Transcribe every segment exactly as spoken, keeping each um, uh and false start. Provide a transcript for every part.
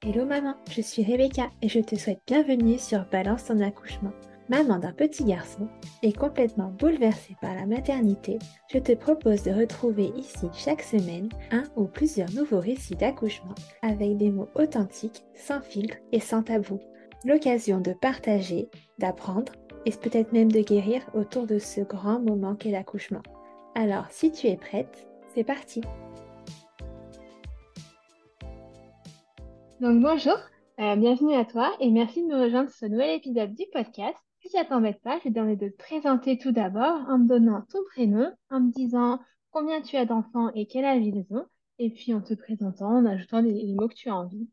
Hello maman, je suis Rebecca et je te souhaite bienvenue sur Balance ton accouchement. Maman d'un petit garçon et complètement bouleversée par la maternité, je te propose de retrouver ici chaque semaine un ou plusieurs nouveaux récits d'accouchement avec des mots authentiques, sans filtre et sans tabou. L'occasion de partager, d'apprendre et peut-être même de guérir autour de ce grand moment qu'est l'accouchement. Alors si tu es prête, c'est parti! Donc bonjour, euh, bienvenue à toi et merci de me rejoindre sur ce nouvel épisode du podcast. Si ça t'embête pas, j'ai envie de te présenter tout d'abord en me donnant ton prénom, en me disant combien tu as d'enfants et quel âge ils ont, et puis en te présentant, en ajoutant les, les mots que tu as envie.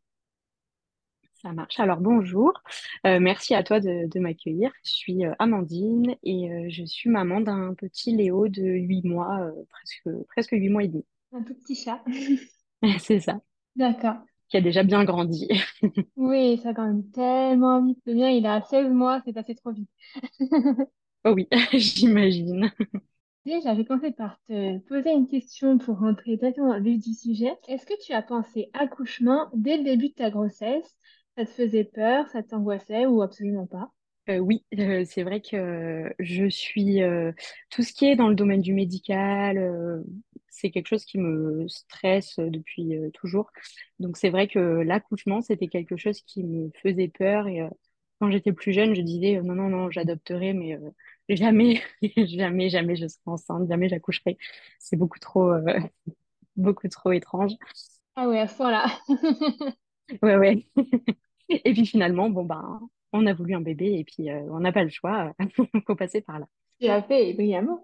Ça marche. Alors bonjour. Euh, merci à toi de, de m'accueillir. Je suis euh, Amandine et euh, je suis maman d'un petit Léo de huit mois, euh, presque, presque huit mois et demi. Un tout petit chat. C'est ça, D'accord. qui a déjà bien grandi. Oui, ça quand même tellement vite. Le mien, il a seize mois, c'est passé trop vite. Oh oui, j'imagine. Déjà, je vais commencer par te poser une question pour rentrer directement dans le vif du sujet. Est-ce que tu as pensé accouchement dès le début de ta grossesse? Ça te faisait peur, ça t'angoissait ou absolument pas? Euh, oui, euh, c'est vrai que je suis euh, tout ce qui est dans le domaine du médical, euh, c'est quelque chose qui me stresse depuis euh, toujours. Donc c'est vrai que l'accouchement, c'était quelque chose qui me faisait peur et euh, quand j'étais plus jeune, je disais euh, non, non, non, j'adopterai, mais euh, jamais, jamais, jamais je serai enceinte, jamais j'accoucherai. C'est beaucoup trop, euh, beaucoup trop étrange. Ah ouais, à ce point-là. Ouais, ouais. Et puis finalement, bon ben, on a voulu un bébé et puis euh, on n'a pas le choix, faut passer par là. Tu l'as fait brillamment.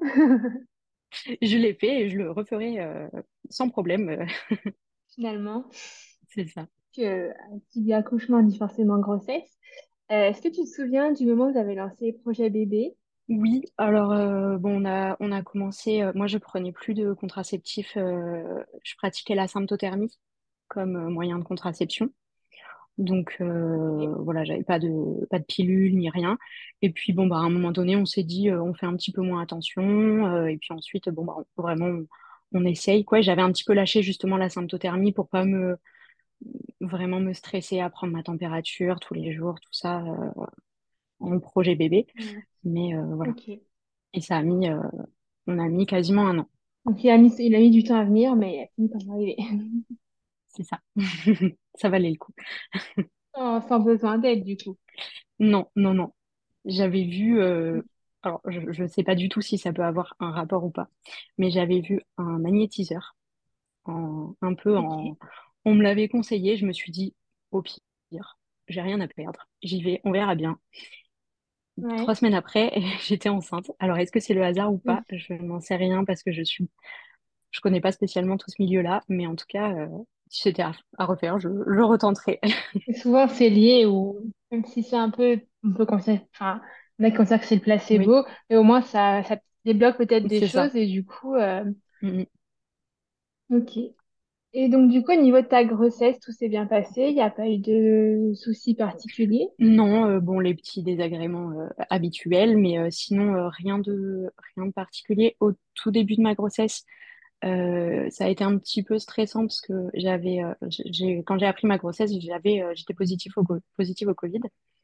Je l'ai fait et je le referai euh, sans problème. euh, Finalement, c'est ça. que, euh, qui dit accouchement dit forcément grossesse. Euh, est-ce que tu te souviens du moment où vous avez lancé Projet Bébé? Oui, alors euh, bon, on a on a commencé. Euh, moi, je prenais plus de contraceptifs. Euh, je pratiquais la symptothermie comme euh, moyen de contraception. Donc Ok. euh, voilà, j'avais pas de pas de pilule ni rien. Et puis bon bah à un moment donné, on s'est dit euh, on fait un petit peu moins attention. Euh, et puis ensuite bon bah on- vraiment on, on essaye quoi. J'avais un petit peu lâché justement la symptothermie pour pas me vraiment me stresser à prendre ma température tous les jours, tout ça. Euh, en projet bébé. Hmm. Mais euh, voilà. Ok. Et ça a mis, euh, on a mis quasiment un an. Donc il a mis, il a mis du temps à venir, mais il a fini par arriver. C'est ça. Ça valait le coup. Oh, sans besoin d'aide, du coup. Non, non, non. J'avais vu, euh, alors je ne sais pas du tout si ça peut avoir un rapport ou pas, mais j'avais vu un magnétiseur, en, un peu Ok. en... On me l'avait conseillé, je me suis dit, au pire, j'ai rien à perdre. J'y vais, on verra bien. Trois Ouais. semaines après, j'étais enceinte. Alors, est-ce que c'est le hasard ou Hmm. pas? Je n'en sais rien parce que je suis Je connais pas spécialement tout ce milieu-là, mais en tout cas, euh, si c'était à, à refaire, je, je retenterai. Et souvent, c'est lié ou même si c'est un peu, on peut considérer, enfin, on a qui considèrent que c'est le Oui, placebo, mais au moins ça, ça débloque peut-être des c'est ça. choses et du coup, euh, Mm, ok. Et donc, du coup, au niveau de ta grossesse, tout s'est bien passé, il n'y a pas eu de soucis particuliers. mm. Non, euh, bon, les petits désagréments euh, habituels, mais euh, sinon, euh, rien de, rien de particulier. Au tout début de ma grossesse, euh, ça a été un petit peu stressant parce que j'avais, euh, j'ai, quand j'ai appris ma grossesse, j'avais, euh, j'étais positif au, co- positive au Covid.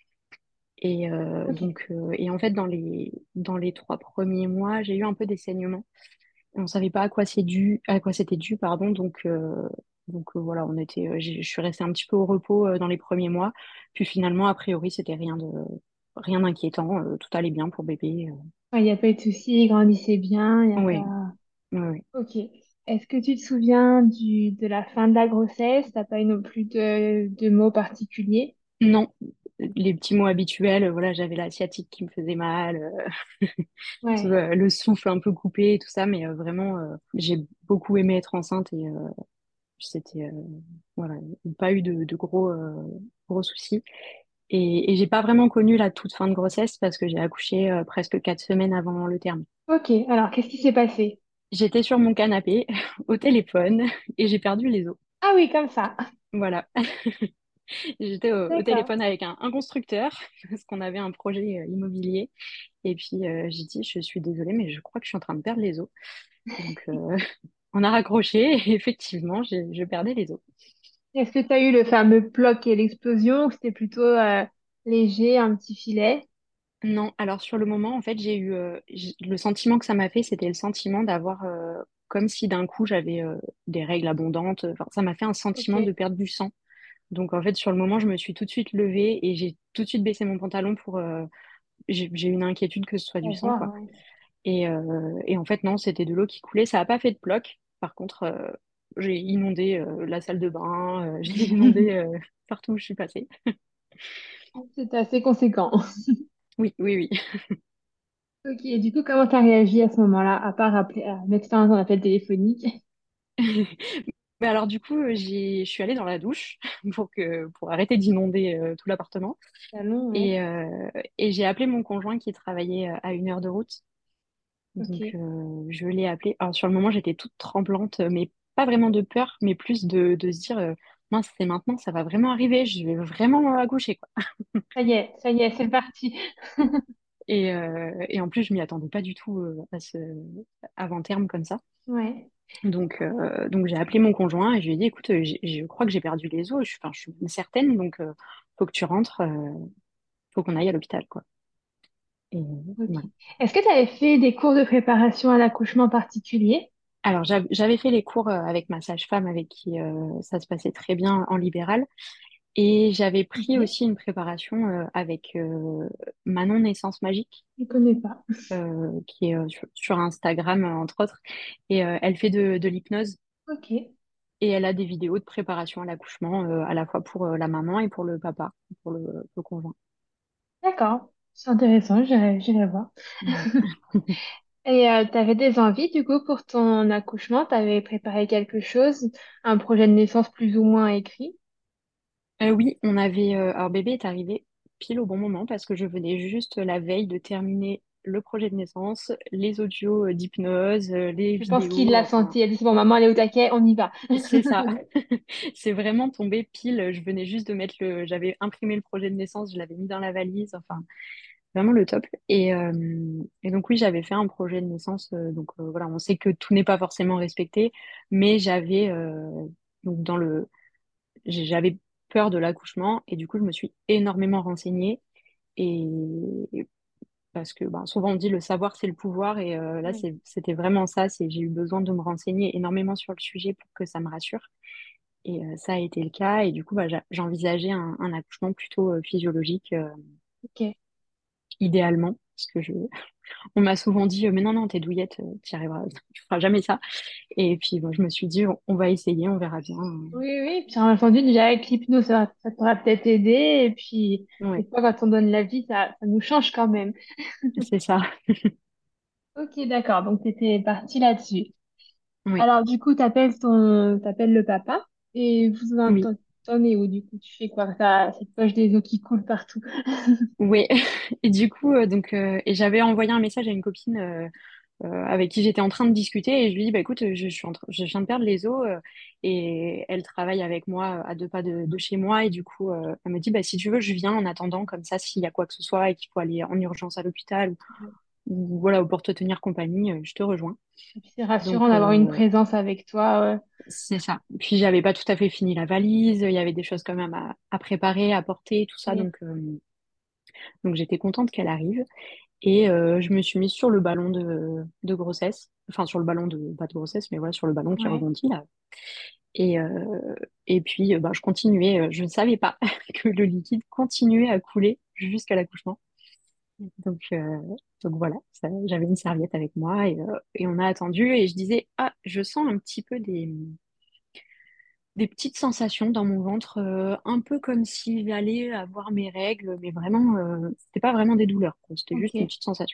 Et euh, Ok. donc, euh, et en fait, dans les, dans les trois premiers mois, j'ai eu un peu des saignements. On savait pas à quoi c'est dû, à quoi c'était dû, pardon. Donc, euh, donc euh, voilà, on était, euh, j'ai- je suis restée un petit peu au repos euh, dans les premiers mois. Puis finalement, a priori, c'était rien de, rien d'inquiétant. Euh, tout allait bien pour bébé. euh. Il n'y a pas eu de soucis, il grandissait bien, il n'y a Oui, pas... oui, oui. Ok. Est-ce que tu te souviens du, de la fin de la grossesse? T'as pas eu non plus de, de mots particuliers? Non, les petits mots habituels. euh, Voilà, j'avais la sciatique qui me faisait mal, euh, tout, Ouais. euh, le souffle un peu coupé, tout ça. Mais euh, vraiment, euh, j'ai beaucoup aimé être enceinte et euh, c'était, euh, voilà, pas eu de, de gros, euh, gros soucis. Et, et j'ai pas vraiment connu la toute fin de grossesse parce que j'ai accouché euh, presque quatre semaines avant le terme. Ok. Alors, qu'est-ce qui s'est passé? J'étais sur mon canapé au téléphone et j'ai perdu les os. Ah oui, comme ça. Voilà. J'étais au, au D'accord. téléphone avec un, un constructeur parce qu'on avait un projet euh, immobilier. Et puis euh, j'ai dit, je suis désolée, mais je crois que je suis en train de perdre les os. Donc euh, on a raccroché et effectivement, j'ai- je perdais les os. Est-ce que tu as eu le fameux ploc et l'explosion ou c'était plutôt euh, léger, un petit filet? Non, alors sur le moment, en fait, j'ai eu euh, j- le sentiment que ça m'a fait, c'était le sentiment d'avoir euh, comme si d'un coup j'avais euh, des règles abondantes. Enfin, ça m'a fait un Ok. sentiment de perdre du sang. Donc en fait, sur le moment, je me suis tout de suite levée et j'ai tout de suite baissé mon pantalon pour. euh, j'ai j'ai eu une inquiétude que ce soit du Pour sang, voir, quoi. ouais. Et, euh, et en fait, non, c'était de l'eau qui coulait. Ça n'a pas fait de bloc. Par contre, euh, j'ai inondé euh, la salle de bain, euh, j'ai inondé euh, partout où je suis passée. C'était assez conséquent. Oui, oui, Ok, et du coup, comment t'as réagi à ce moment-là, à part appeler, à mettre fin à ton appel téléphonique? oui. Mais alors du coup, euh, j'ai, je suis allée dans la douche pour que, pour arrêter d'inonder euh, tout l'appartement. Salon, ouais. Et, euh, et j'ai appelé mon conjoint qui travaillait euh, à une heure de route. Donc Ok. euh, je l'ai appelé. Alors sur le moment, j'étais toute tremblante, mais pas vraiment de peur, mais plus de, de se dire, euh, mince, c'est maintenant, ça va vraiment arriver, je vais vraiment accoucher, quoi. Ça y est, ça y est, c'est parti. Et, euh, et en plus, je m'y attendais pas du tout euh, à ce avant terme comme ça. Ouais. Donc, euh, donc j'ai appelé mon conjoint et je lui ai dit, écoute, euh, j'ai- je crois que j'ai perdu les os, je, enfin, je suis même certaine, donc euh, faut que tu rentres, euh, faut qu'on aille à l'hôpital, quoi. Et Ok. voilà. Est-ce que tu avais fait des cours de préparation à l'accouchement particulier? Alors, j'av- j'avais fait les cours euh, avec ma sage-femme avec qui euh, ça se passait très bien en libéral. Et j'avais pris Ok. aussi une préparation euh, avec euh, Manon Naissance Magique, Je ne connais pas. euh, qui est euh, sur, sur Instagram, euh, entre autres. Et euh, elle fait de, de l'hypnose Ok. et elle a des vidéos de préparation à l'accouchement, euh, à la fois pour euh, la maman et pour le papa, pour le, le conjoint. D'accord. C'est intéressant, j'irai j'irai voir. Ouais. Et tu avais des envies, du coup, pour ton accouchement? Tu avais préparé quelque chose, un projet de naissance plus ou moins écrit? Euh, oui, on avait. Euh, alors, bébé est arrivé pile au bon moment parce que je venais juste la veille de terminer le projet de naissance, les audios euh, d'hypnose, euh, les Je pense qu'il vidéos, l'a enfin. senti. Elle dit, c'est bon, maman, elle est au taquet, on y va. C'est ça. C'est vraiment tombé pile. Je venais juste de mettre le. J'avais imprimé le projet de naissance, je l'avais mis dans la valise. Enfin, vraiment le top. Et, euh, et donc, oui, j'avais fait un projet de naissance. Euh, donc, euh, voilà, on sait que tout n'est pas forcément respecté, mais j'avais. euh, donc, dans le. j'ai- J'avais peur de l'accouchement et du coup, je me suis énormément renseignée. Et parce que ben, souvent on dit le savoir c'est le pouvoir et euh, là Oui. c'est- c'était vraiment ça. C'est j'ai eu besoin de me renseigner énormément sur le sujet pour que ça me rassure. Et euh, ça a été le cas. Et du coup, bah, j'a- j'envisageais un, un accouchement plutôt euh, physiologique, euh, Ok. idéalement. Parce que je... on m'a souvent dit, euh, mais non, non, t'es douillette, euh, t'y arriveras, tu feras jamais ça. Et puis, bon, je me suis dit, on, on va essayer, on verra bien. Oui, oui. Puis, en entendu, déjà, avec l'hypnose, ça, va- ça pourra peut-être aider. Et puis, des Ouais, fois, quand on donne la vie, ça, ça nous change quand même. c'est ça. Ok, d'accord. Donc, tu étais partie là-dessus. Oui, Alors, du coup, t'appelles ton, t'appelles le papa et vous en oui, t'en t'en es où, du coup? Tu fais quoi? T'as cette poche des eaux qui coulent partout. oui. Et du coup, euh, donc, euh, et j'avais envoyé un message à une copine euh, euh, avec qui j'étais en train de discuter et je lui dis, bah écoute, je, je suis en train- je viens de perdre les os euh, et elle travaille avec moi à deux pas de, de chez moi et du coup, euh, elle me dit, bah si tu veux, je viens en attendant comme ça, s'il y a quoi que ce soit et qu'il faut aller en urgence à l'hôpital ou, ou voilà, ou pour te tenir compagnie, euh, je te rejoins. Et puis, c'est rassurant Donc, d'avoir une euh, présence avec toi. Ouais. c'est ça. Puis j'avais pas tout à fait fini la valise, il y avait des choses quand même à, à préparer, à porter, tout ça, Oui. donc, euh, donc j'étais contente qu'elle arrive. Et euh, je me suis mise sur le ballon de, de grossesse, enfin sur le ballon de, pas de grossesse, mais voilà, sur le ballon qui Ouais. rebondit là. Et, euh, et puis euh, bah, je continuais, euh, je ne savais pas que le liquide continuait à couler jusqu'à l'accouchement. Donc, euh, donc voilà, ça- j'avais une serviette avec moi et, euh, et on a attendu et je disais, ah, je sens un petit peu des, des petites sensations dans mon ventre, euh, un peu comme si j'allais avoir mes règles, mais vraiment, euh, c'était pas vraiment des douleurs, quoi. C'était juste une Ok. petite sensation.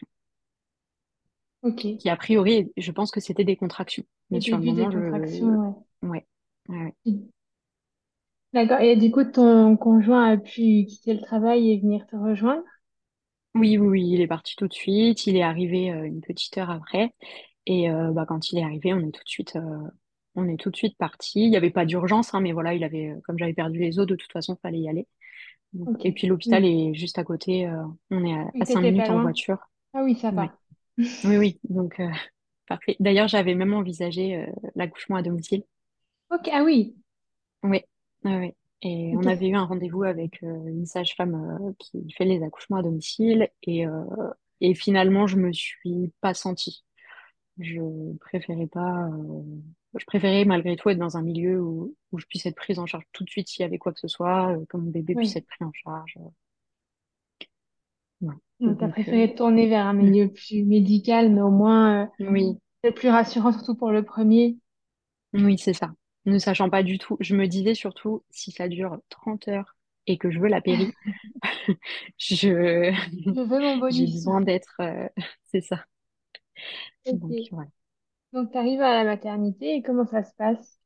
Ok. Qui a priori, je pense que c'était des contractions. Le Mais sur le début des moment, je... contractions, Ouais, ouais, ouais. ouais. D'accord. Et du coup, ton conjoint a pu quitter le travail et venir te rejoindre? Oui, oui, oui, il est parti tout de suite. Il est arrivé euh, une petite heure après. Et euh, bah, quand il est arrivé, on est tout de suite, euh, on est tout de suite parti. Il n'y avait pas d'urgence, hein, mais voilà, il avait, euh, comme j'avais perdu les os, de toute façon, il fallait y aller. Donc, Ok. et puis l'hôpital Oui. est juste à côté. Euh, on est à, Oui, à cinq t'étais pas minutes en loin. voiture. Ah oui, ça Ouais. va. Oui, oui. Donc, euh, parfait. D'ailleurs, j'avais même envisagé euh, l'accouchement à domicile. Ok. Ah oui. Oui. Ouais, ouais. Et Et on qu'est-ce- avait eu un rendez-vous avec euh, une sage-femme euh, qui fait les accouchements à domicile et, euh, et finalement je me suis pas sentie. Je préférais pas, euh, je préférais malgré tout être dans un milieu où, où je puisse être prise en charge tout de suite s'il y avait quoi que ce soit, euh, que mon bébé puisse Oui. être pris en charge. euh, ouais. Donc, t'as Donc euh, préféré te tourner vers un milieu plus médical, mais au moins, euh, oui, c'est plus rassurant, surtout pour le premier. oui, c'est ça. Ne sachant pas du tout, je me disais surtout si ça dure trente heures et que je veux la péri, je Je veux mon j'ai bonus. besoin d'être, euh, c'est ça. Donc, Ok. ouais. Donc, tu arrives à la maternité et comment ça se passe?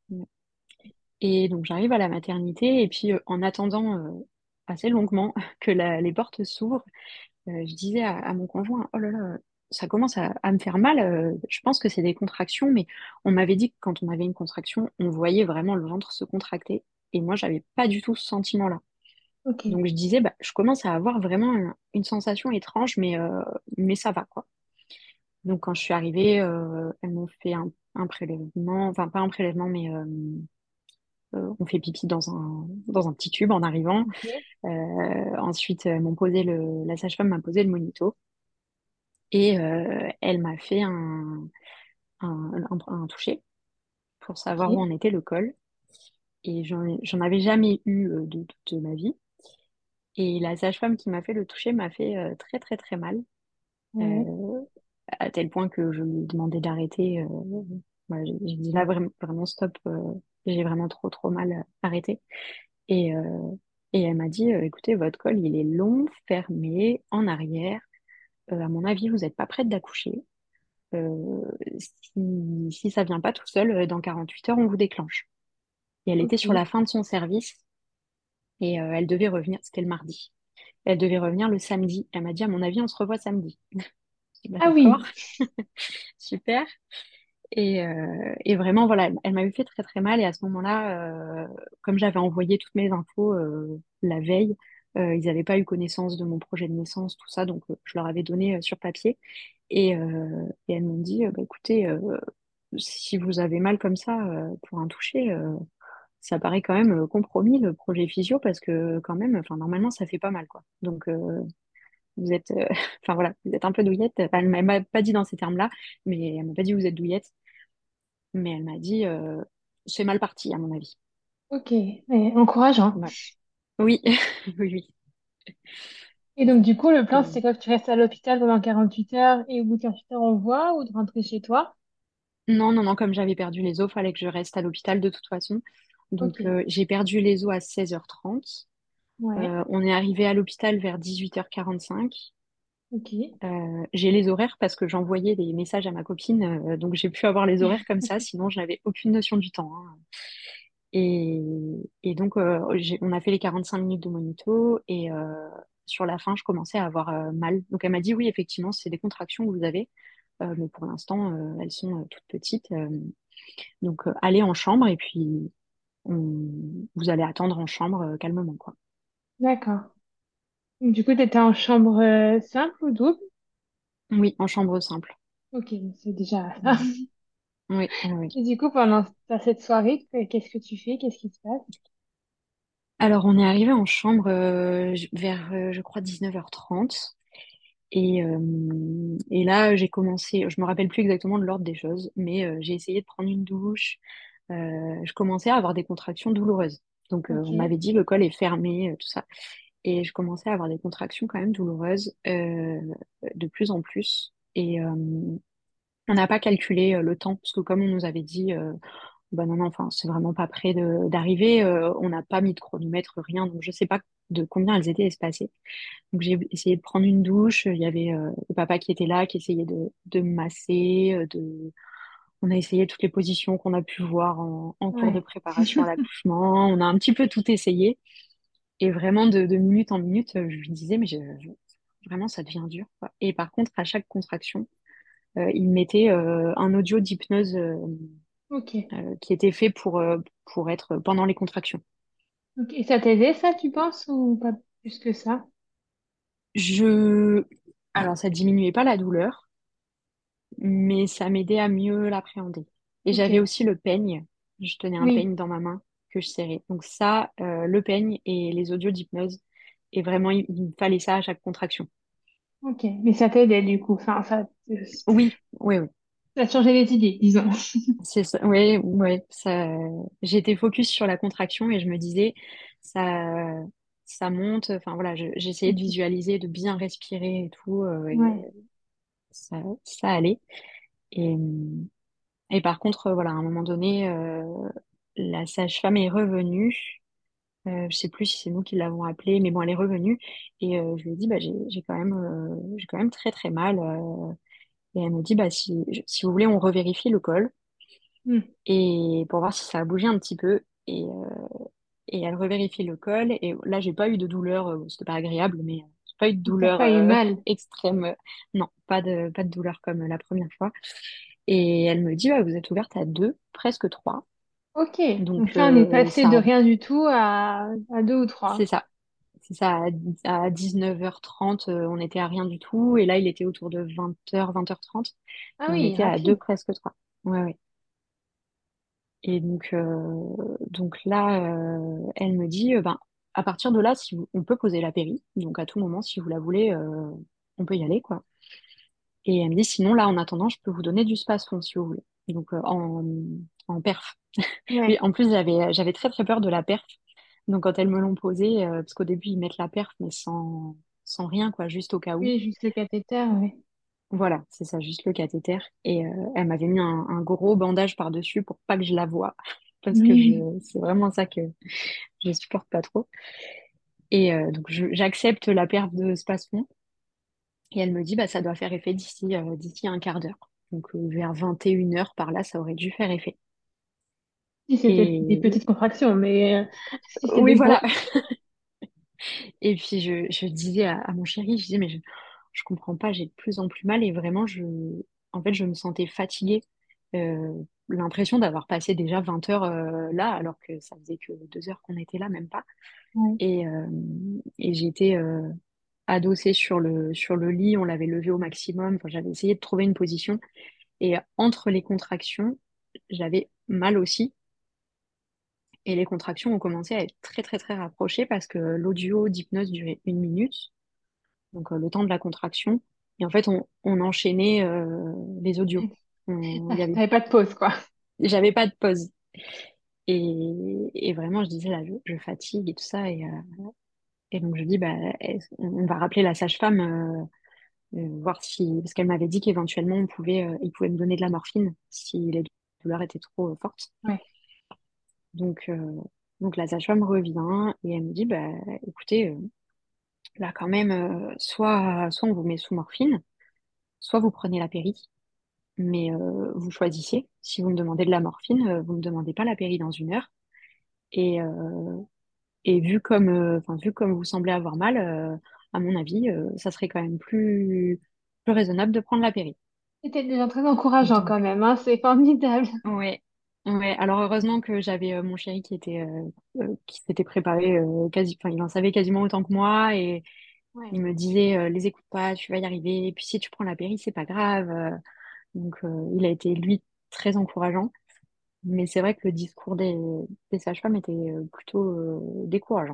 Et donc, j'arrive à la maternité et puis, euh, en attendant euh, assez longuement que la- les portes s'ouvrent, euh, je disais à, à mon conjoint, oh là là, ça commence à, à me faire mal. euh, je pense que c'est des contractions, mais on m'avait dit que quand on avait une contraction, on voyait vraiment le ventre se contracter. Et moi, j'avais pas du tout ce sentiment-là. Ok. Donc, je disais, bah, je commence à avoir vraiment un- une sensation étrange, mais, euh, mais ça va, quoi. Donc, quand je suis arrivée, euh, elles m'ont fait un, un prélèvement, enfin, pas un prélèvement, mais euh, euh, on fait pipi dans un, dans un petit tube en arrivant. Ok. Euh, ensuite, elles m'ont posé le, la sage-femme m'a posé le monito et euh, elle m'a fait un, un, un, un toucher pour savoir où Ok. en était le col. Et j'en, ai- j'en avais jamais eu euh, de toute ma vie. Et la sage-femme qui m'a fait le toucher m'a fait euh, très, très, très mal. Ouais. Euh, à tel point que je lui ai demandé d'arrêter. Euh, voilà, j'ai j'ai dit là vraiment, vraiment stop, euh, j'ai vraiment trop trop mal, euh, arrêté. Et, euh, et elle m'a dit, euh, écoutez, votre col il est long, fermé, en arrière. Euh, à mon avis, vous n'êtes pas prête d'accoucher. Euh, si, si ça vient pas tout seul, euh, dans quarante-huit heures, on vous déclenche. Et elle était sur Ok. la fin de son service et euh, elle devait revenir, c'était le mardi. Elle devait revenir le samedi. Elle m'a dit, à mon avis, on se revoit samedi. Je dis, bah, Ah d'accord, oui. super. Et, euh, et vraiment, voilà, elle, elle m'avait fait très très mal. Et à ce moment-là, euh, comme j'avais envoyé toutes mes infos euh, la veille, euh, ils n'avaient pas eu connaissance de mon projet de naissance, tout ça, donc euh, je leur avais donné euh, sur papier. Et, euh, et elles m'ont dit, euh, bah, écoutez, euh, si vous avez mal comme ça euh, pour un toucher, euh, ça paraît quand même euh, compromis le projet physio parce que quand même, enfin normalement, ça fait pas mal, quoi. Donc euh, vous êtes, euh, enfin voilà, vous êtes un peu douillette. Enfin, elle m'a m'a pas dit dans ces termes-là, mais elle m'a pas dit vous êtes douillette. Mais elle m'a dit, euh, c'est mal parti, à mon avis. Ok. Mais encourageant. Ouais. Oui, oui, oui. Et donc, du coup, le plan, Et- c'est quoi que tu restes à l'hôpital pendant quarante-huit heures et au bout de quarante-huit heures, on voit ou de rentrer chez toi? Non, non, non, comme j'avais perdu les os, fallait que je reste à l'hôpital de toute façon. Donc, Ok. euh, j'ai perdu les os à seize heures trente. Ouais. Euh, on est arrivé à l'hôpital vers dix-huit heures quarante-cinq. Ok. Euh, j'ai les horaires parce que j'envoyais des messages à ma copine, euh, donc j'ai pu avoir les horaires comme ça, sinon je n'avais aucune notion du temps, hein. Et, et donc, euh, j'ai- on a fait les quarante-cinq minutes de monito et euh, sur la fin, je commençais à avoir euh, mal. Donc, elle m'a dit, oui, effectivement, c'est des contractions que vous avez, euh, mais pour l'instant, euh, elles sont euh, toutes petites. euh, donc, euh, allez en chambre et puis on- vous allez attendre en chambre euh, calmement, quoi. D'accord. Donc, du coup, tu étais en chambre euh, simple ou double? Oui, en chambre simple. Ok, c'est déjà ça. Voilà. Oui, oui, oui. Et du coup, pendant t'as cette soirée, qu'est-ce que tu fais? Qu'est-ce qui se passe? Alors, on est arrivé en chambre euh, j- vers, euh, je crois, dix-neuf heures trente. Et, euh, et là, j'ai commencé, je me rappelle plus exactement de l'ordre des choses, mais euh, j'ai essayé de prendre une douche. Euh, je commençais à avoir des contractions douloureuses. Donc, euh, Ok. on m'avait dit le col est fermé, euh, tout ça. Et je commençais à avoir des contractions quand même douloureuses euh, de plus en plus. Et euh, on n'a pas calculé euh, le temps, parce que comme on nous avait dit, euh, bah non, non, enfin, c'est vraiment pas près de- d'arriver, euh, on n'a pas mis de chronomètre, rien. Donc, je sais pas de combien elles étaient espacées. Donc j'ai essayé de prendre une douche. Il y avait euh, le papa qui était là, qui essayait de, de me masser. euh, De... On a essayé toutes les positions qu'on a pu voir en, en cours de Ouais. préparation à l'accouchement. On a un petit peu tout essayé. Et vraiment, de, de minute en minute, euh, je lui disais, mais je- je- vraiment, ça devient dur, quoi. Et par contre, à chaque contraction, euh, il mettait euh, un audio d'hypnose euh, Ok. euh, qui était fait pour, euh, pour être pendant les contractions. Ok. Et ça t'aidait, ça, tu penses, ou pas plus que ça? Je... Alors, ça diminuait pas la douleur, mais ça m'aidait à mieux l'appréhender. Et Ok. j'avais aussi le peigne. Je tenais un Oui. peigne dans ma main. que je serrais. Donc ça, euh, le peigne et les audios d'hypnose. Et vraiment, il, il me fallait ça à chaque contraction. Ok, mais ça t'aidait du coup. Enfin, ça, Oui, oui, oui. ça a changé les idées, disons. C'est ça. Oui, ouais, ça. J'étais focus sur la contraction et je me disais, ça, ça monte. Enfin voilà, je- j'essayais de Ok. visualiser, de bien respirer et tout. Euh, et Ouais. ça, ça allait. Et, et par contre, euh, voilà, à un moment donné, euh, la sage-femme est revenue. Euh, je sais plus si c'est nous qui l'avons appelée, mais bon, elle est revenue. Et euh, je lui ai dit, bah, j'ai, j'ai quand même, euh, j'ai quand même très très mal. euh, et elle me dit, bah, si, si vous voulez, on revérifie le col Hmm. et pour voir si ça a bougé un petit peu. Et, euh, et elle revérifie le col. Et là, j'ai pas eu de douleur. euh, C'était pas agréable, mais euh, j'ai pas eu de T'as douleur pas eu euh, mal. extrême. Non, pas de, pas de douleur comme la première fois. Et elle me dit, bah, vous êtes ouverte à deux, presque trois. Ok. Donc Donc, là, on est euh, passé de ça, rien du tout à, à deux ou trois. c'est ça. C'est ça, à, à dix-neuf heures trente, euh, on était à rien du tout. Et là, il était autour de vingt heures, vingt heures trente. Ah Et on oui, était à deux, rapide. presque trois. Ouais, ouais. Et donc, euh, donc là, euh, elle me dit, euh, ben, à partir de là, si vous- on peut poser la péri. Donc, à tout moment, si vous la voulez, euh, on peut y aller, quoi. Et elle me dit, sinon, là, en attendant, je peux vous donner du space-fond, si vous voulez. Donc, euh, en, en perf. Oui, Ouais. en plus, j'avais, j'avais très, très peur de la perf. Donc, quand elles me l'ont posé, euh, parce qu'au début, ils mettent la perf, mais sans, sans rien, quoi, juste au cas où. Oui, juste le cathéter, ouais. Voilà, c'est ça, juste le cathéter. Et euh, elle m'avait mis un, un gros bandage par-dessus pour pas que je la voie. Parce que je, Oui. c'est vraiment ça que je supporte pas trop. Et euh, donc, je- j'accepte la perte de Spasfon. Et elle me dit, bah, ça doit faire effet d'ici euh, d'ici un quart d'heure. Donc, euh, vers vingt et une heures par là, ça aurait dû faire effet. Si c'était des Et petites contractions, mais euh, si c'est oui, des voilà. grosses. Et puis, je, je disais à, à mon chéri, je disais, mais je, je comprends pas, j'ai de plus en plus mal. Et vraiment, je, en fait, je me sentais fatiguée. Euh, l'impression d'avoir passé déjà vingt heures euh, là, alors que ça faisait que deux heures qu'on était là, même pas. Ouais. Et, euh, et j'étais euh, adossée sur le, sur le lit, on l'avait levé au maximum. Enfin, j'avais essayé de trouver une position. Et entre les contractions, j'avais mal aussi. Et les contractions ont commencé à être très, très, très rapprochées parce que l'audio d'hypnose durait une minute, donc euh, le temps de la contraction. Et en fait, on, on enchaînait euh, les audios. On- Ah, Il y avait, t'avais pas de pause, quoi. j'avais pas de pause. Et, et vraiment, je disais là, je, je fatigue et tout ça. Et, euh, et donc, je dis, bah, est-ce- on on va rappeler la sage-femme, euh, euh, voir si, parce qu'elle m'avait dit qu'éventuellement, on pouvait, euh, il pouvait me donner de la morphine si les douleurs étaient trop euh, fortes. Ouais. Donc, euh, donc la sage-femme revient et elle me dit, bah, écoutez, euh, là quand même, euh, soit, soit on vous met sous morphine, soit vous prenez la péri, mais euh, vous choisissez. Si vous me demandez de la morphine, euh, vous me demandez pas la péri dans une heure. Et, euh, et vu comme, euh, enfin, vu comme vous semblez avoir mal, euh, à mon avis, euh, ça serait quand même plus, plus raisonnable de prendre la péri. C'était déjà très encourageant quand Donc, même, hein. C'est formidable. ouais. Ouais, alors heureusement que j'avais euh, mon chéri qui était euh, euh, qui s'était préparé euh, quasi, enfin il en savait quasiment autant que moi et Ouais. il me disait, euh, les écoute pas, tu vas y arriver. Et puis si tu prends la péri, c'est pas grave. Euh, donc euh, il a été, lui, très encourageant. Mais c'est vrai que le discours des, des sages-femmes était euh, plutôt euh, décourageant.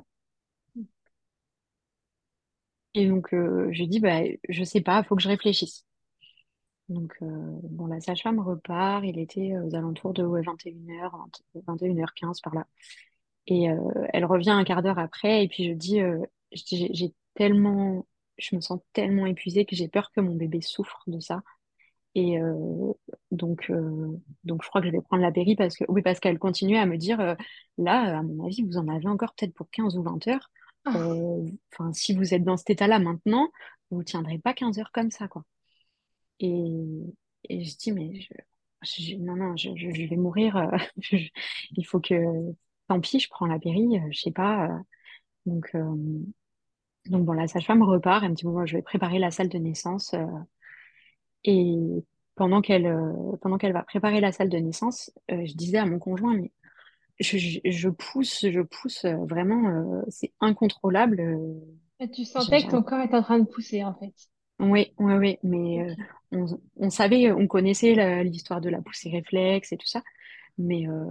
Et donc euh, je dis, bah, je sais pas, faut que je réfléchisse. Donc euh, bon, la sage-femme repart, il était euh, aux alentours de ouais, vingt et une heures, vingt et une heures quinze par là. Et euh, elle revient un quart d'heure après, et puis je dis, euh, je dis, j'ai j'ai tellement, je me sens tellement épuisée que j'ai peur que mon bébé souffre de ça. Et euh, donc, euh, donc, je crois que je vais prendre la péri parce que, oui, parce qu'elle continuait à me dire, euh, là, à mon avis, vous en avez encore peut-être pour quinze ou vingt heures. Ah, Euh, Enfin, si vous êtes dans cet état-là maintenant, vous tiendrez pas quinze heures comme ça, quoi. Et, et je dis, mais je, je- non, non, je, je, je vais mourir. euh, je- il faut que, tant pis, je prends la péri, euh, je sais pas. euh. donc, euh, donc, bon, la sage-femme repart, elle me dit, bon, moi, je vais préparer la salle de naissance. euh, Et pendant qu'elle euh, pendant qu'elle va préparer la salle de naissance, euh, je disais à mon conjoint, mais je, je, je pousse, je pousse euh, vraiment, euh, c'est incontrôlable. euh, et tu j'ai- sentais j'ai que un- ton corps était en train de pousser, en fait. Oui, oui, oui, mais euh, Ok. on, on savait, on connaissait la- l'histoire de la poussée réflexe et tout ça, mais, euh,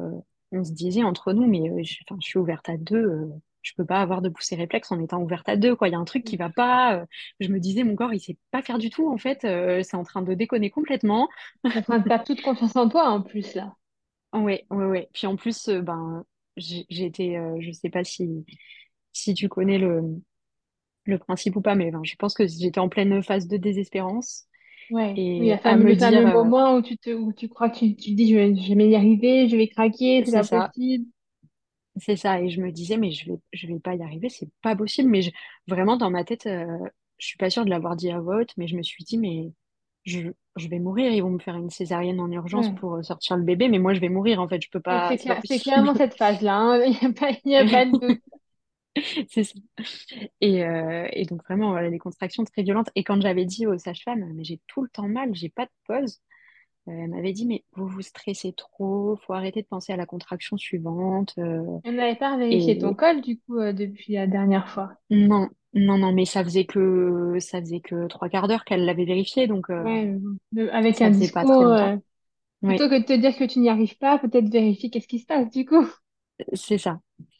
on se disait entre nous, mais euh, je, enfin, je suis ouverte à deux, euh, je peux pas avoir de poussée réflexe en étant ouverte à deux, quoi. Il y a un truc qui va pas. euh, je me disais, mon corps, il sait pas faire du tout, en fait. euh, c'est en train de déconner complètement. T'es en train de perdre toute confiance en toi en plus, là. Ouais, ouais, ouais. Puis en plus, euh, ben, j'ai j'ai été, euh, je sais pas si, si tu connais le, le principe ou pas, mais ben, je pense que j'étais en pleine phase de désespérance Ouais. Oui, et la à fameux, me le fameux dire, euh, moment où tu te, où tu crois que tu, tu te dis, je vais, je vais y arriver, je vais craquer, c'est c'est pas ça, possible. c'est ça. Et je me disais, mais je vais, je vais pas y arriver, c'est pas possible. Mais je- vraiment, dans ma tête, euh, je suis pas sûre de l'avoir dit à voix haute, mais je me suis dit, mais je, je vais mourir. Ils vont me faire une césarienne en urgence Ouais. pour euh, sortir le bébé, mais moi, je vais mourir. En fait, je peux Et pas, c'est c'est pas cla- c'est possible. clairement cette phase-là, hein. Il n'y a pas, il y a pas de doute. C'est ça. Et, euh, et donc vraiment, voilà, des contractions très violentes. Et quand j'avais dit aux sages-femmes, mais j'ai tout le temps mal, j'ai pas de pause, euh, elle m'avait dit, mais vous vous stressez trop, faut arrêter de penser à la contraction suivante. euh. On n'avait pas vérifié ton et col, du coup, euh, depuis la dernière fois. non, non, non, mais ça faisait que ça faisait que trois quarts d'heure qu'elle l'avait vérifié, donc euh, Ouais, mais bon. De- avec un ça faisait pas très discours, longtemps. euh, Oui, plutôt que de te dire que tu n'y arrives pas, peut-être vérifier qu'est-ce qui se passe, du coup. c'est ça.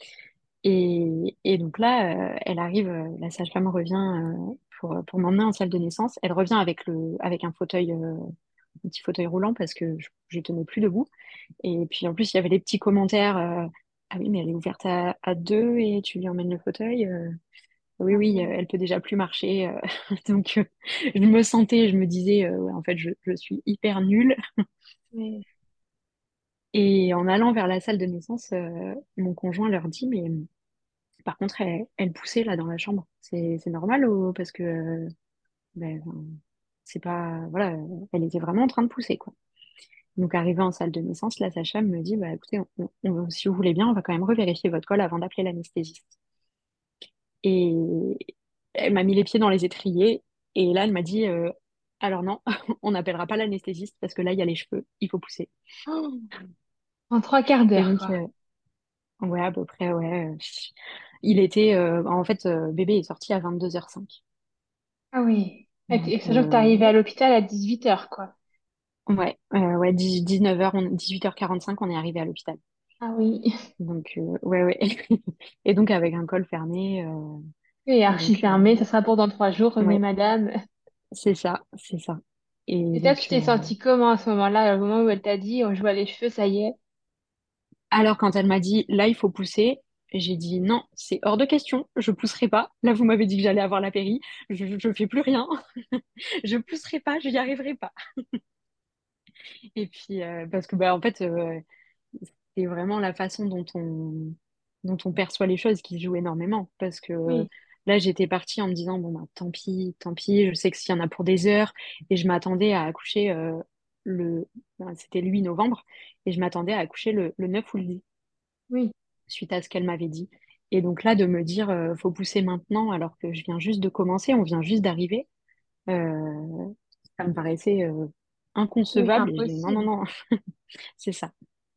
Et, et donc là, euh, elle arrive, euh, la sage-femme revient euh, pour, pour m'emmener en salle de naissance. Elle revient avec le, avec un fauteuil, euh, un petit fauteuil roulant parce que je, je tenais plus debout. Et puis en plus, il y avait des petits commentaires. euh, ah oui, mais elle est ouverte à, à deux et tu lui emmènes le fauteuil. euh, oui, Ah oui, euh, bon. elle peut déjà plus marcher. euh. Donc euh, je me sentais, je me disais, euh, ouais, en fait, je, je suis hyper nulle. Mais Et en allant vers la salle de naissance, euh, mon conjoint leur dit, mais par contre, elle, elle poussait là dans la chambre. C'est, c'est normal ou parce que euh, ben, enfin, c'est pas voilà, euh, elle était vraiment en train de pousser quoi. Donc arrivé en salle de naissance, la sage-femme me dit bah écoutez, on- on- si vous voulez bien, on va quand même revérifier votre col avant d'appeler l'anesthésiste. Et elle m'a mis les pieds dans les étriers et là elle m'a dit euh, alors non, on n'appellera pas l'anesthésiste parce que là il y a les cheveux, il faut pousser. oh, en trois quarts Et d'heure, donc quoi. euh, ouais à peu près ouais. euh, il était euh, en fait euh, bébé est sorti à vingt-deux heures cinq. Ah oui. Et Donc t- sachant que t'es euh, arrivé à l'hôpital à dix-huit heures, quoi. Ouais, euh, ouais, dix-neuf heures, dix-huit heures quarante-cinq, on est arrivé à l'hôpital. Ah oui. Donc, euh, ouais, ouais. Et donc, avec un col fermé. euh, Et archi donc, fermé, euh, ça sera pour dans trois jours, mais ouais, madame. c'est ça, c'est ça. Et Et toi, tu donc, t'es euh, sentie comment à ce moment-là, au moment où elle t'a dit, oh, je vois les cheveux, ça y est. alors, quand elle m'a dit, là, il faut pousser, j'ai dit, non, c'est hors de question, je pousserai pas. Là, vous m'avez dit que j'allais avoir la péri, je, je fais plus rien. Je pousserai pas, je n'y arriverai pas. Et puis, euh, parce que, bah, en fait, euh, c'est vraiment la façon dont on, dont on perçoit les choses qui joue énormément. Parce que Oui, là, j'étais partie en me disant, bon, bah, tant pis, tant pis, je sais que s'il y en a pour des heures, et je m'attendais à accoucher euh, le, ben, c'était le huit novembre, et je m'attendais à accoucher le, le neuf ou le dix, oui, suite à ce qu'elle m'avait dit. Et donc là, de me dire, euh, faut pousser maintenant, alors que je viens juste de commencer, on vient juste d'arriver, euh, ça me paraissait euh, oui, inconcevable. Et j'ai dit, non, non, impossible. non, c'est ça.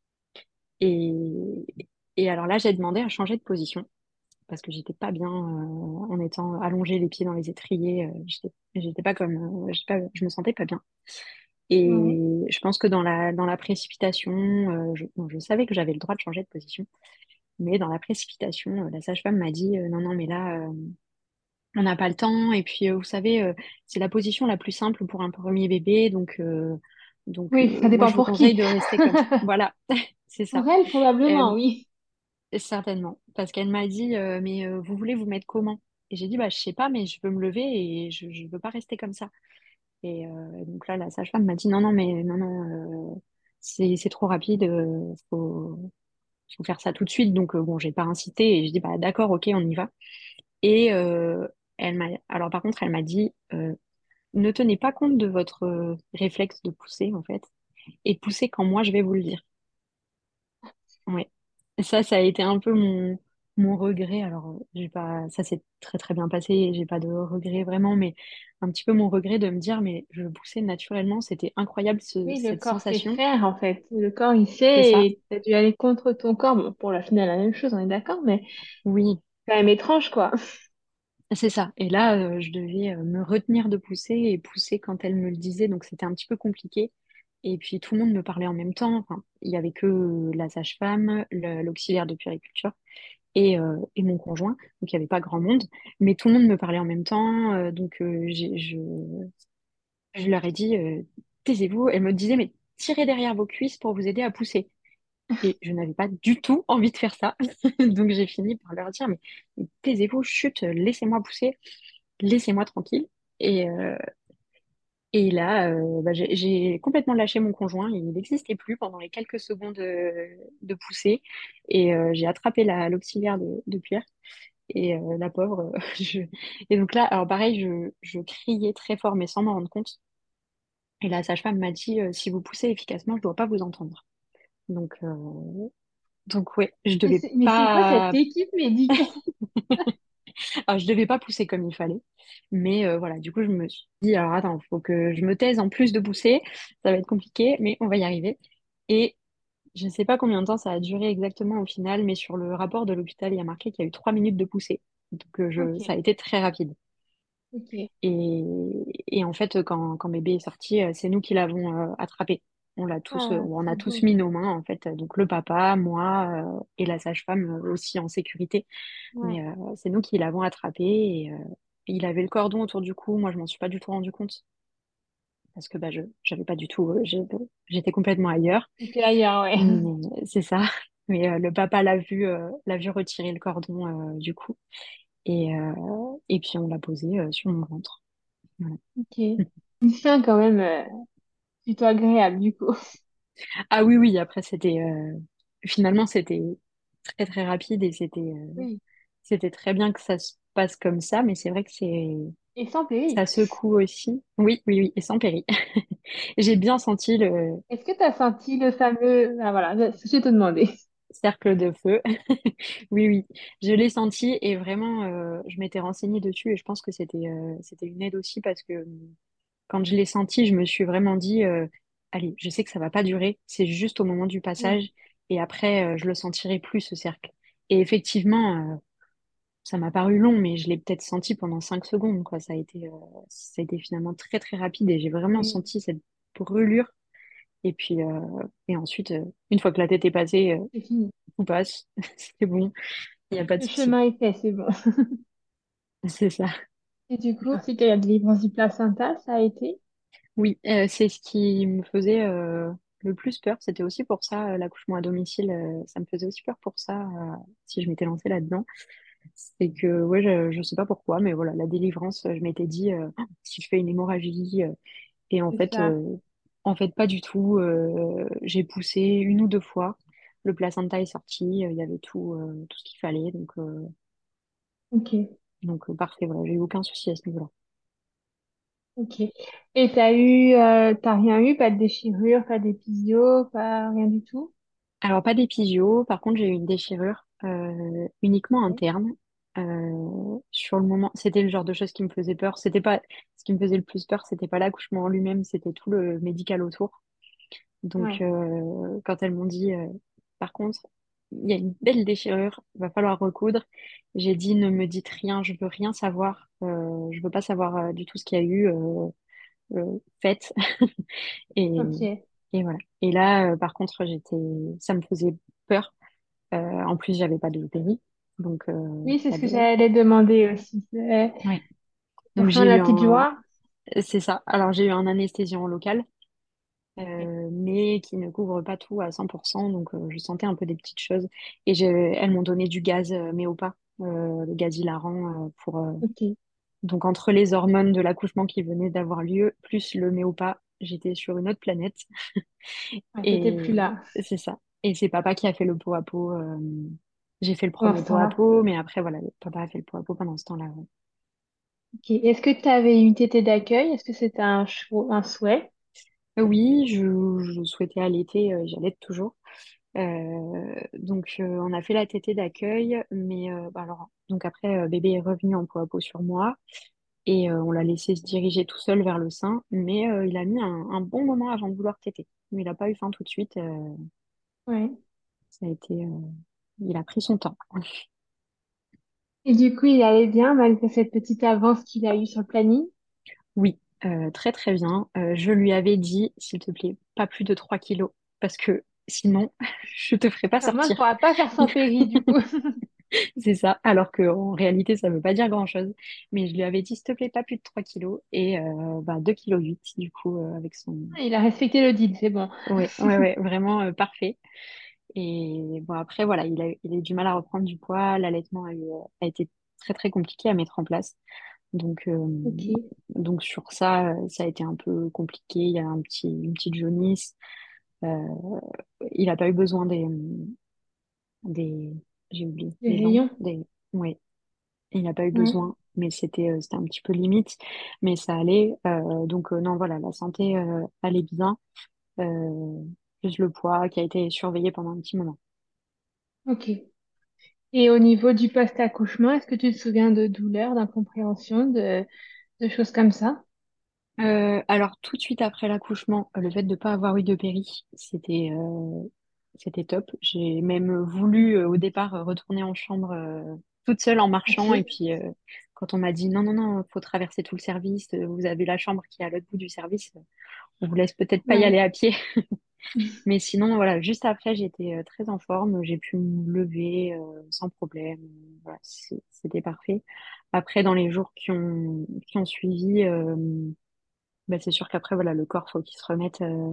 Et, et alors là, j'ai demandé à changer de position parce que j'étais pas bien euh, en étant allongée les pieds dans les étriers. euh, j'étais, j'étais pas comme, euh, j'étais pas, je me sentais pas bien. Ouais. Et je pense que dans la, dans la précipitation, euh, je, bon, je savais que j'avais le droit de changer de position, mais dans la précipitation, euh, la sage-femme m'a dit euh, non, non, mais là, euh, on n'a pas le temps. Et puis, euh, vous savez, euh, c'est la position la plus simple pour un premier bébé, donc, euh, donc Oui, ça euh, moi, dépend je vous pour conseille qui. de rester comme ça. Voilà, c'est ça. Pour elle, probablement, Euh, oui. Certainement, parce qu'elle m'a dit, euh, mais euh, vous voulez vous mettre comment? Et j'ai dit, bah, je sais pas, mais je veux me lever et je ne veux pas rester comme ça. Et euh, donc là, la sage-femme m'a dit, non, non, mais non, non, euh, c'est, c'est trop rapide, euh, faut, faut faire ça tout de suite. Donc, euh, bon, j'ai pas incité et je dis, bah, d'accord, ok, on y va. Et euh, elle m'a, alors par contre, elle m'a dit, euh, ne tenez pas compte de votre euh, réflexe de pousser, en fait, et poussez quand moi je vais vous le dire. Ouais. Et ça, ça a été un peu mon, mon regret. Alors, euh, j'ai pas, ça s'est très très bien passé, et j'ai pas de regret vraiment, mais un petit peu mon regret de me dire, mais je poussais naturellement, c'était incroyable ce- Oui, le cette corps sait sensation. faire, en fait. Le corps, il C'est sait ça. et t'as dû aller contre ton corps. Bon, pour la finale, la même chose, on est d'accord, mais Oui, quand même étrange, quoi. c'est ça. Et là, euh, je devais euh, me retenir de pousser et pousser quand elle me le disait, donc c'était un petit peu compliqué. Et puis tout le monde me parlait en même temps. Enfin, il y avait que la sage-femme, le- l'auxiliaire de puériculture et, euh, et mon conjoint. Donc il n'y avait pas grand monde, mais tout le monde me parlait en même temps. Euh, donc euh, j'ai- je, je leur ai dit, euh, taisez-vous. Elle me disait, mais tirez derrière vos cuisses pour vous aider à pousser. Et je n'avais pas du tout envie de faire ça. Donc j'ai fini par leur dire, mais, mais taisez-vous, chut, laissez-moi pousser, laissez-moi tranquille. Et, euh, et là, euh, bah, j'ai j'ai complètement lâché mon conjoint. Il n'existait plus pendant les quelques secondes de, de poussée. Et euh, j'ai attrapé la, l'auxiliaire de, de Pierre. Et euh, la pauvre, je... Et donc là, alors pareil, je, je criais très fort, mais sans m'en rendre compte. Et la sage-femme m'a dit, euh, si vous poussez efficacement, je ne dois pas vous entendre. Donc, euh, donc ouais, je Mais devais c'est mais c'est quoi cette pas, équipe médicale? alors, je devais pas pousser comme il fallait. Mais euh, voilà, du coup, je me suis dit, alors attends, il faut que je me taise en plus de pousser. Ça va être compliqué, mais on va y arriver. Et je ne sais pas combien de temps ça a duré exactement au final, mais sur le rapport de l'hôpital, il y a marqué qu'il y a eu trois minutes de poussée. Donc, euh, je, ça a Ok, été très rapide. ok. Et, et en fait, quand, quand bébé est sorti, euh, c'est nous qui l'avons euh, attrapé. On l'a tous, euh, Ah, on trop a tous beau. mis nos mains, en fait. Donc, le papa, moi, euh, et la sage-femme euh, aussi en sécurité. Ouais. Mais euh, c'est nous qui l'avons attrapé. Et, euh, il avait le cordon autour du cou. Moi, je m'en suis pas du tout rendu compte parce que bah, je j'avais pas du tout. euh, j'ai- j'étais complètement ailleurs. C'était ailleurs, ouais. Mais c'est ça. Mais euh, le papa l'a vu, euh, l'a vu retirer le cordon euh, du cou. Et, euh, et puis, on l'a posé euh, sur mon ventre. Voilà. Ok. Une fin quand même euh, plutôt agréable du coup. Ah oui, oui, après c'était euh, finalement c'était très très rapide et c'était euh, Oui. c'était très bien que ça se passe comme ça, mais c'est vrai que c'est Et sans péril. ça secoue aussi. Oui, oui, oui, et sans péril. J'ai bien senti le Est-ce que tu as senti le fameux... Ah voilà, c'est ce que je te demandais. cercle de feu. Oui, oui, je l'ai senti et vraiment euh, je m'étais renseignée dessus et je pense que c'était euh, c'était une aide aussi parce que quand je l'ai senti, je me suis vraiment dit, euh, allez, je sais que ça va pas durer, c'est juste au moment du Oui. passage, et après, euh, je le sentirai plus, ce cercle. Et effectivement, euh, ça m'a paru long, mais je l'ai peut-être senti pendant cinq secondes, quoi. Ça a été, euh, ça a été finalement très, très rapide, et j'ai vraiment Oui, senti cette brûlure. Et puis, euh, et ensuite, euh, une fois que la tête est passée, euh, c'est fini. tout passe, c'est bon, il n'y a pas de Le souci. chemin est fait, c'est bon. C'est ça. Et du coup, c'était la délivrance du placenta, ça a été? Oui, euh, c'est ce qui me faisait euh, le plus peur. C'était aussi pour ça, euh, l'accouchement à domicile, euh, ça me faisait aussi peur pour ça, euh, si je m'étais lancée là-dedans. C'est que, ouais, je, je sais pas pourquoi, mais voilà, la délivrance, euh, je m'étais dit, euh, Ah, si je fais une hémorragie, euh, et en C'est fait, ça. euh, en fait, pas du tout. Euh, j'ai poussé une ou deux fois. Le placenta est sorti, euh, il y avait tout, euh, tout ce qu'il fallait, donc, euh, Ok, donc euh, parfait, voilà, j'ai eu aucun souci à ce niveau-là. ok. Et t'as eu, euh, t'as rien eu, pas de déchirure, pas d'épisio, pas rien du tout? Alors, pas d'épisio. Par contre, j'ai eu une déchirure euh, uniquement Ok. interne. Euh, sur le moment, c'était le genre de choses qui me faisait peur. C'était pas ce qui me faisait le plus peur, c'était pas l'accouchement en lui-même, c'était tout le médical autour. Donc, Ouais. euh, quand elles m'ont dit, euh, par contre, il y a une belle déchirure, il va falloir recoudre. J'ai dit, ne me dites rien, je veux rien savoir. Euh, je veux pas savoir euh, du tout ce qu'il y a eu. Euh, euh, faites. Et, Ok. et voilà. Et là, euh, par contre, j'étais, ça me faisait peur. Euh, en plus, j'avais pas de péri, donc euh, Oui, c'est pas ce que de. j'allais demander aussi. C'est Ouais. Donc j'ai forcément eu la petite un, joie. c'est ça. Alors j'ai eu un anesthésiant local, Ok. euh, mais qui ne couvre pas tout à cent pour cent, donc euh, je sentais un peu des petites choses. Et j'ai, elles m'ont donné du gaz euh, Méopa, euh, le gaz hilarant euh, pour. euh, Ok. Donc entre les hormones de l'accouchement qui venaient d'avoir lieu, plus le Méopa, j'étais sur une autre planète. Ouais, t'étais Et plus là. c'est ça. Et c'est papa qui a fait le pot à pot. euh, J'ai fait le Pendant premier ce pot à temps-là. pot, mais après, voilà, papa a fait le pot à pot pendant ce temps-là. Ouais. Ok. Est-ce que tu avais une tétée d'accueil? Est-ce que c'était un, chou- un souhait? Euh, Oui, je, je souhaitais allaiter, euh, j'allaite toujours. Euh, donc, euh, on a fait la tétée d'accueil, mais euh, bah alors, donc après, euh, bébé est revenu en pot à pot sur moi et euh, on l'a laissé se diriger tout seul vers le sein, mais euh, il a mis un, un bon moment avant de vouloir téter. Mais il n'a pas eu faim tout de suite. Euh, Ouais. ça a été, euh, il a pris son temps. Et du coup, il allait bien malgré cette petite avance qu'il a eue sur le planning? Oui, euh, très très bien. Euh, je lui avais dit, s'il te plaît, pas plus de trois kilos, parce que sinon, je te ferai pas Maman ne sortir. pourra pas faire sans péri, du coup. C'est ça, alors qu'en réalité, ça veut pas dire grand-chose. Mais je lui avais dit, s'il te plaît, pas plus de trois kilos, et euh, bah, deux kilos huit, du coup, euh, avec son... Il a respecté le deal, c'est bon. Ouais, ouais, ouais, vraiment euh, parfait. Et bon, après, voilà, il a, il a eu du mal à reprendre du poids. L'allaitement a, eu, euh, a été très, très compliqué à mettre en place. Donc, euh, Ok. donc sur ça, euh, ça a été un peu compliqué. Il y a un petit, une petite jaunisse. Euh, il n'a pas eu besoin des, des, j'ai oublié, Les des lampes, rayons. des, ouais, il n'a pas eu Ouais. besoin, mais c'était, euh, c'était un petit peu limite, mais ça allait. Euh, donc euh, non, voilà, la santé euh, allait bien. Euh, Juste le poids qui a été surveillé pendant un petit moment. Ok. Et au niveau du post-accouchement, est-ce que tu te souviens de douleurs, d'incompréhension, de, de choses comme ça? Euh, alors tout de suite après l'accouchement, le fait de ne pas avoir eu de péri, c'était euh, c'était top. J'ai même voulu euh, au départ euh, retourner en chambre euh, toute seule en marchant et Ok. puis euh, quand on m'a dit non non non, faut traverser tout le service, euh, vous avez la chambre qui est à l'autre bout du service, on vous laisse peut-être pas y aller Ouais. à pied. Mais sinon voilà, juste après j'étais euh, très en forme, j'ai pu me lever euh, sans problème. Voilà, c'est- c'était parfait. Après dans les jours qui ont qui ont suivi euh, bah, c'est sûr qu'après, voilà, le corps, faut qu'il se remette euh,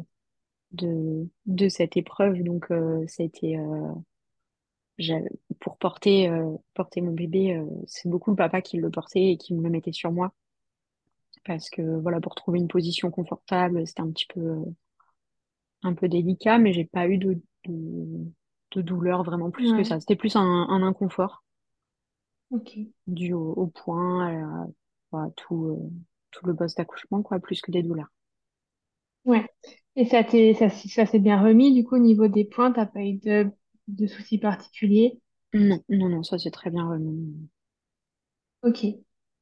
de, de cette épreuve. Donc, euh, ça a été, euh, j'a- pour porter, euh, porter mon bébé, euh, c'est beaucoup le papa qui le portait et qui me le mettait sur moi. Parce que, voilà, pour trouver une position confortable, c'était un petit peu, euh, un peu délicat, mais j'ai pas eu de, de, de douleur vraiment plus que Ouais. ça. C'était plus un, un inconfort Ok. dû au, au point, à, à tout, euh, tout le post d'accouchement, quoi, plus que des douleurs. Ouais. Et ça t'est, ça, s- ça s'est bien remis, du coup, au niveau des points, t'as pas eu de, de soucis particuliers? Non, non, non, ça c'est très bien remis. Ok.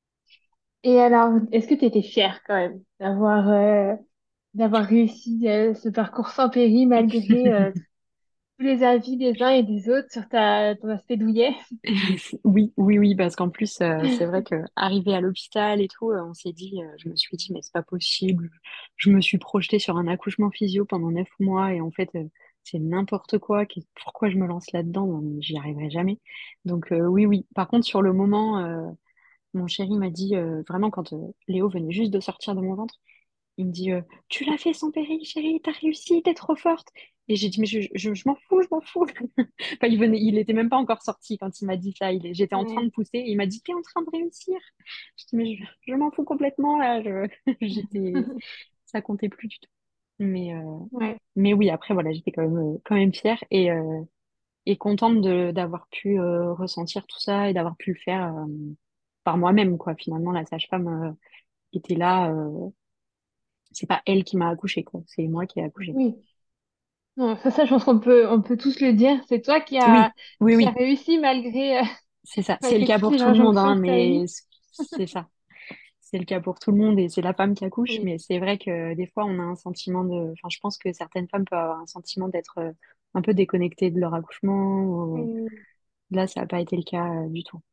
Et alors, est-ce que tu étais fière quand même d'avoir euh, d'avoir réussi euh, ce parcours sans péri malgré euh, tous les avis des uns et des autres sur ta, ton aspect douillet? Oui, oui, oui, parce qu'en plus, euh, c'est vrai que arrivé à l'hôpital et tout, euh, on s'est dit, euh, je me suis dit, mais c'est pas possible. Je me suis projetée sur un accouchement physio pendant neuf mois et en fait, euh, c'est n'importe quoi. Qu'est- Pourquoi je me lance là-dedans? Non, mais j'y arriverai jamais. Donc, euh, oui, oui. Par contre, sur le moment, euh, mon chéri m'a dit, euh, vraiment, quand euh, Léo venait juste de sortir de mon ventre, il me dit, euh, tu l'as fait sans péril, chérie, t'as réussi, t'es trop forte. Et j'ai dit, mais je, je, je m'en fous, je m'en fous. Enfin, il venait, il était même pas encore sorti quand il m'a dit ça. Il est- j'étais en train de Ouais. pousser et il m'a dit, t'es en train de réussir. Je dis, mais je, je m'en fous complètement là. Je- j'étais, ça comptait plus du tout. Mais, euh, Ouais. mais oui, après, voilà, j'étais quand même, euh, quand même fière et, euh, et contente de, d'avoir pu euh, ressentir tout ça et d'avoir pu le faire euh, par moi-même, quoi. Finalement, la sage-femme euh, était là. Euh, c'est pas elle qui m'a accouché, quoi. C'est moi qui ai accouché. Oui. Non, ça, ça, je pense qu'on peut, on peut tous le dire. C'est toi qui Oui, a, oui, qui a oui, réussi malgré, euh, c'est ça. C'est le malgré cas toutes pour les tout le monde, injonctions hein, que tu as mais eues. c- c'est ça. C'est le cas pour tout le monde et c'est la femme qui accouche, Oui. mais c'est vrai que des fois, on a un sentiment de... Enfin, je pense que certaines femmes peuvent avoir un sentiment d'être euh, un peu déconnectées de leur accouchement. ou- Oui. Là, ça n'a pas été le cas euh, du tout.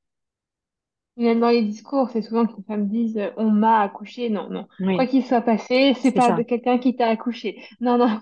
Et même dans les discours, c'est souvent que les femmes disent euh, on m'a accouché. Non, non. Quoi Oui, qu'il soit passé, c'est c'est pas de ça. quelqu'un qui t'a accouché. Non, non.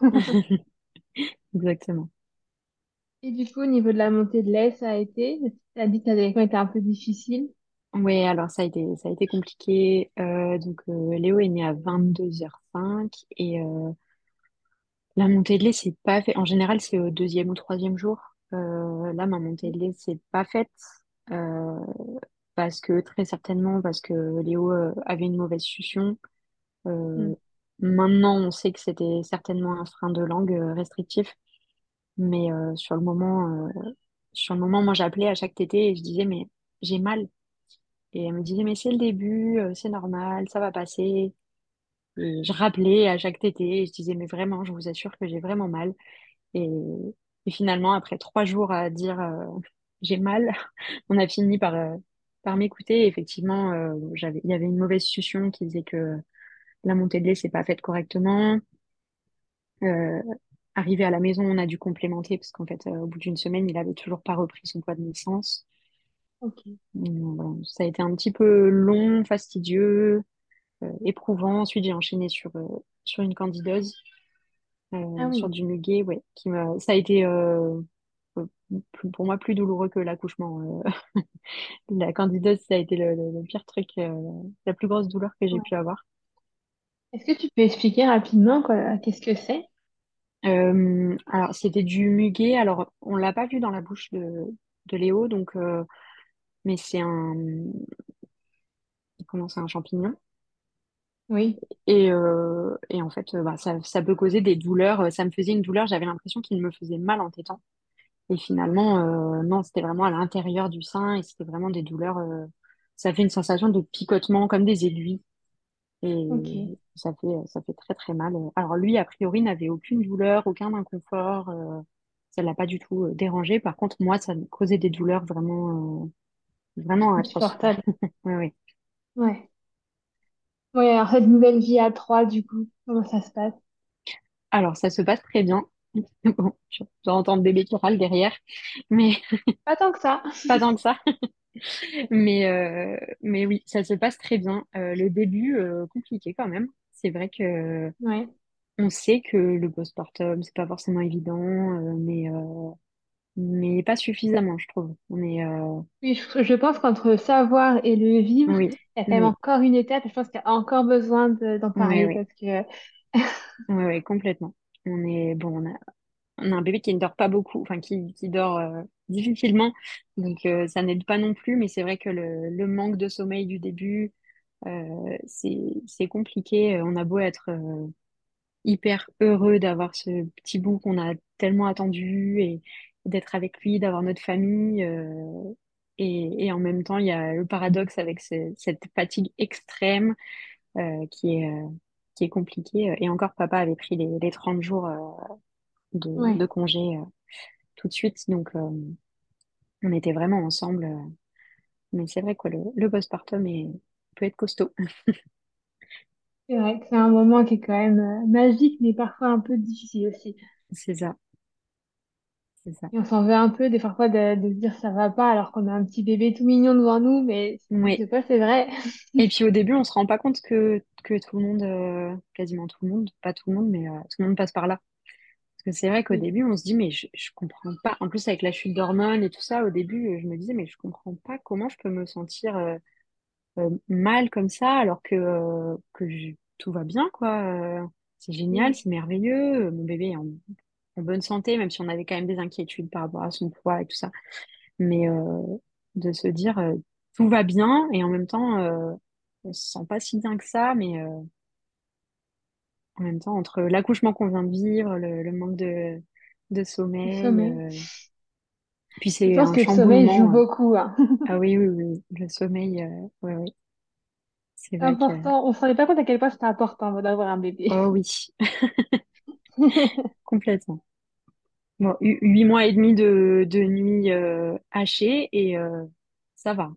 Exactement. Et du coup, au niveau de la montée de lait, ça a été. T'as dit que ta allaitement était un peu difficile. Oui, alors ça a été, ça a été compliqué. Euh, donc, euh, Léo est né à vingt-deux heures cinq et euh, la montée de lait, c'est pas fait. En général, c'est au deuxième ou troisième jour. Euh, là, ma montée de lait, c'est pas faite. Euh, Parce que très certainement parce que Léo euh, avait une mauvaise succion. Hmm. Euh, Maintenant, on sait que c'était certainement un frein de langue euh, restrictif, mais euh, sur le moment, euh, sur le moment, moi j'appelais à chaque tétée et je disais mais j'ai mal. Et elle me disait mais c'est le début, euh, c'est normal, ça va passer. Et je rappelais à chaque tétée et je disais mais vraiment, je vous assure que j'ai vraiment mal. Et, et finalement, après trois jours à dire euh, j'ai mal, on a fini par, euh, par m'écouter. Et effectivement, euh, j'avais, il y avait une mauvaise succion qui disait que la montée de lait s'est pas faite correctement. Euh, Arrivé à la maison, on a dû complémenter parce qu'en fait, euh, au bout d'une semaine, il avait toujours pas repris son poids de naissance. Ok. Donc, voilà, ça a été un petit peu long, fastidieux, euh, éprouvant. Ensuite, j'ai enchaîné sur, euh, sur une candidose. Ah euh, sur oui, du muguet, ouais, qui m'a, ça a été euh, euh, plus- pour moi plus douloureux que l'accouchement. euh. La candidose, ça a été le, le- le pire truc, euh, la plus grosse douleur que j'ai ouais. pu avoir. Est-ce que tu peux expliquer rapidement quoi, qu'est-ce que c'est? Euh, alors, c'était du muguet. Alors, on l'a pas vu dans la bouche de, de Léo, donc, euh, mais c'est un, comment c'est un champignon. Oui, Et, euh, et en fait, euh, bah, ça, ça peut causer des douleurs. Euh, Ça me faisait une douleur. J'avais l'impression qu'il me faisait mal en tétant. Et finalement, euh, non, c'était vraiment à l'intérieur du sein et c'était vraiment des douleurs. Euh, ça fait une sensation de picotement comme des aiguilles. Et ok. ça fait, ça fait très très mal. Alors lui, a priori, n'avait aucune douleur, aucun inconfort. Euh, ça l'a pas du tout euh, dérangé. Par contre, moi, ça me causait des douleurs vraiment, euh, vraiment atroces. Insupportable. Oui, oui. Ouais. Oui, alors cette nouvelle vie à trois, du coup, comment ça se passe? Alors, ça se passe très bien. Bon, je dois entendre bébé qui râle derrière, mais Pas tant que ça. pas tant que ça. Mais, euh, mais oui, ça se passe très bien. Euh, le début, euh, compliqué quand même. C'est vrai que Ouais. on sait que le postpartum, c'est pas forcément évident, euh, mais, euh, mais pas suffisamment, je trouve. On est, euh, Oui, je, je pense qu'entre savoir et le vivre, oui, il y a quand même oui, encore une étape. Et je pense qu'il y a encore besoin de- d'en oui, parler oui, parce que oui, oui, complètement. On est, bon, on a, on a un bébé qui ne dort pas beaucoup, enfin, qui, qui dort, euh, difficilement. Donc, euh, ça n'aide pas non plus, mais c'est vrai que le, le manque de sommeil du début, euh, c'est, c'est compliqué. On a beau être, euh, hyper heureux d'avoir ce petit bout qu'on a tellement attendu et d'être avec lui, d'avoir notre famille. euh, et, et en même temps, il y a le paradoxe avec ce- cette fatigue extrême euh, qui est, euh, qui est compliquée. Et encore, papa avait pris les, les trente jours euh, de, ouais, de congé euh, tout de suite. Donc, euh, on était vraiment ensemble. euh. Mais c'est vrai, quoi, le, le postpartum est, peut être costaud. c'est vrai que c'est un moment qui est quand même euh, magique, mais parfois un peu difficile aussi. C'est ça, c'est ça. Et on s'en veut un peu des parfois de, de se dire ça va pas alors qu'on a un petit bébé tout mignon devant nous, mais Oui. des fois c'est vrai. Et puis au début, on se rend pas compte que, que tout le monde, euh, quasiment tout le monde, pas tout le monde, mais euh, tout le monde passe par là. Parce que c'est vrai qu'au Oui, début, on se dit, mais je, je comprends pas. En plus, avec la chute d'hormones et tout ça, au début, je me disais, mais je comprends pas comment je peux me sentir euh, euh, mal comme ça, alors que, euh, que je- tout va bien, quoi. Euh, c'est génial, oui, c'est merveilleux. euh, Mon bébé est en, en bonne santé, même si on avait quand même des inquiétudes par rapport à son poids et tout ça. Mais euh, de se dire euh, tout va bien et en même temps euh, on se sent pas si bien que ça, mais euh, en même temps entre l'accouchement qu'on vient de vivre, le, le manque de, de le sommeil, sommeil. euh, puis Je c'est pense un que le sommeil joue chamboulement. euh. beaucoup, hein. Ah oui, oui, oui, le sommeil, euh, ouais, ouais, c'est C'est vrai que important. On se rendait pas compte à quel point c'était important d'avoir un bébé. oh oui, complètement. Bon, hu- huit mois et demi de, de nuit euh, hachée et euh, ça va.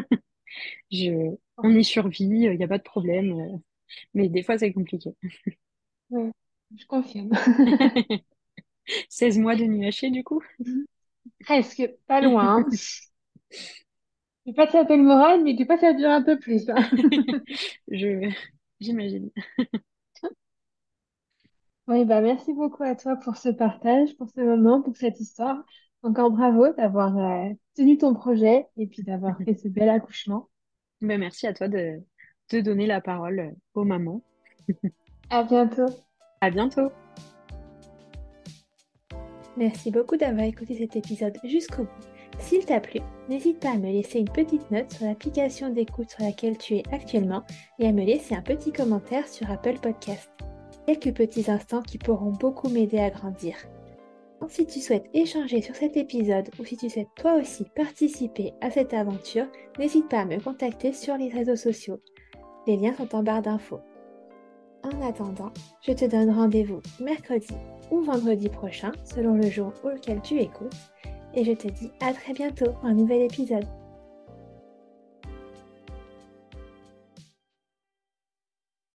Je, on y survit, il n'y a pas de problème, euh, mais des fois c'est compliqué. Oui, je confirme. Seize mois de nuit hachée, du coup? Presque, pas loin, hein. Je vais pas te taper le moral, mais tu peux pas ça dure un peu plus, hein. Je, j'imagine. Oui, bah merci beaucoup à toi pour ce partage, pour ce moment, pour cette histoire. Encore bravo d'avoir euh, tenu ton projet et puis d'avoir fait ce bel accouchement. Ben, merci à toi de, de donner la parole aux mamans. À bientôt. À bientôt. Merci beaucoup d'avoir écouté cet épisode jusqu'au bout. S'il t'a plu, n'hésite pas à me laisser une petite note sur l'application d'écoute sur laquelle tu es actuellement et à me laisser un petit commentaire sur Apple Podcast. Quelques petits instants qui pourront beaucoup m'aider à grandir. Si tu souhaites échanger sur cet épisode ou si tu souhaites toi aussi participer à cette aventure, n'hésite pas à me contacter sur les réseaux sociaux. Les liens sont en barre d'infos. En attendant, je te donne rendez-vous mercredi ou vendredi prochain, selon le jour auquel tu écoutes, et je te dis à très bientôt pour un nouvel épisode.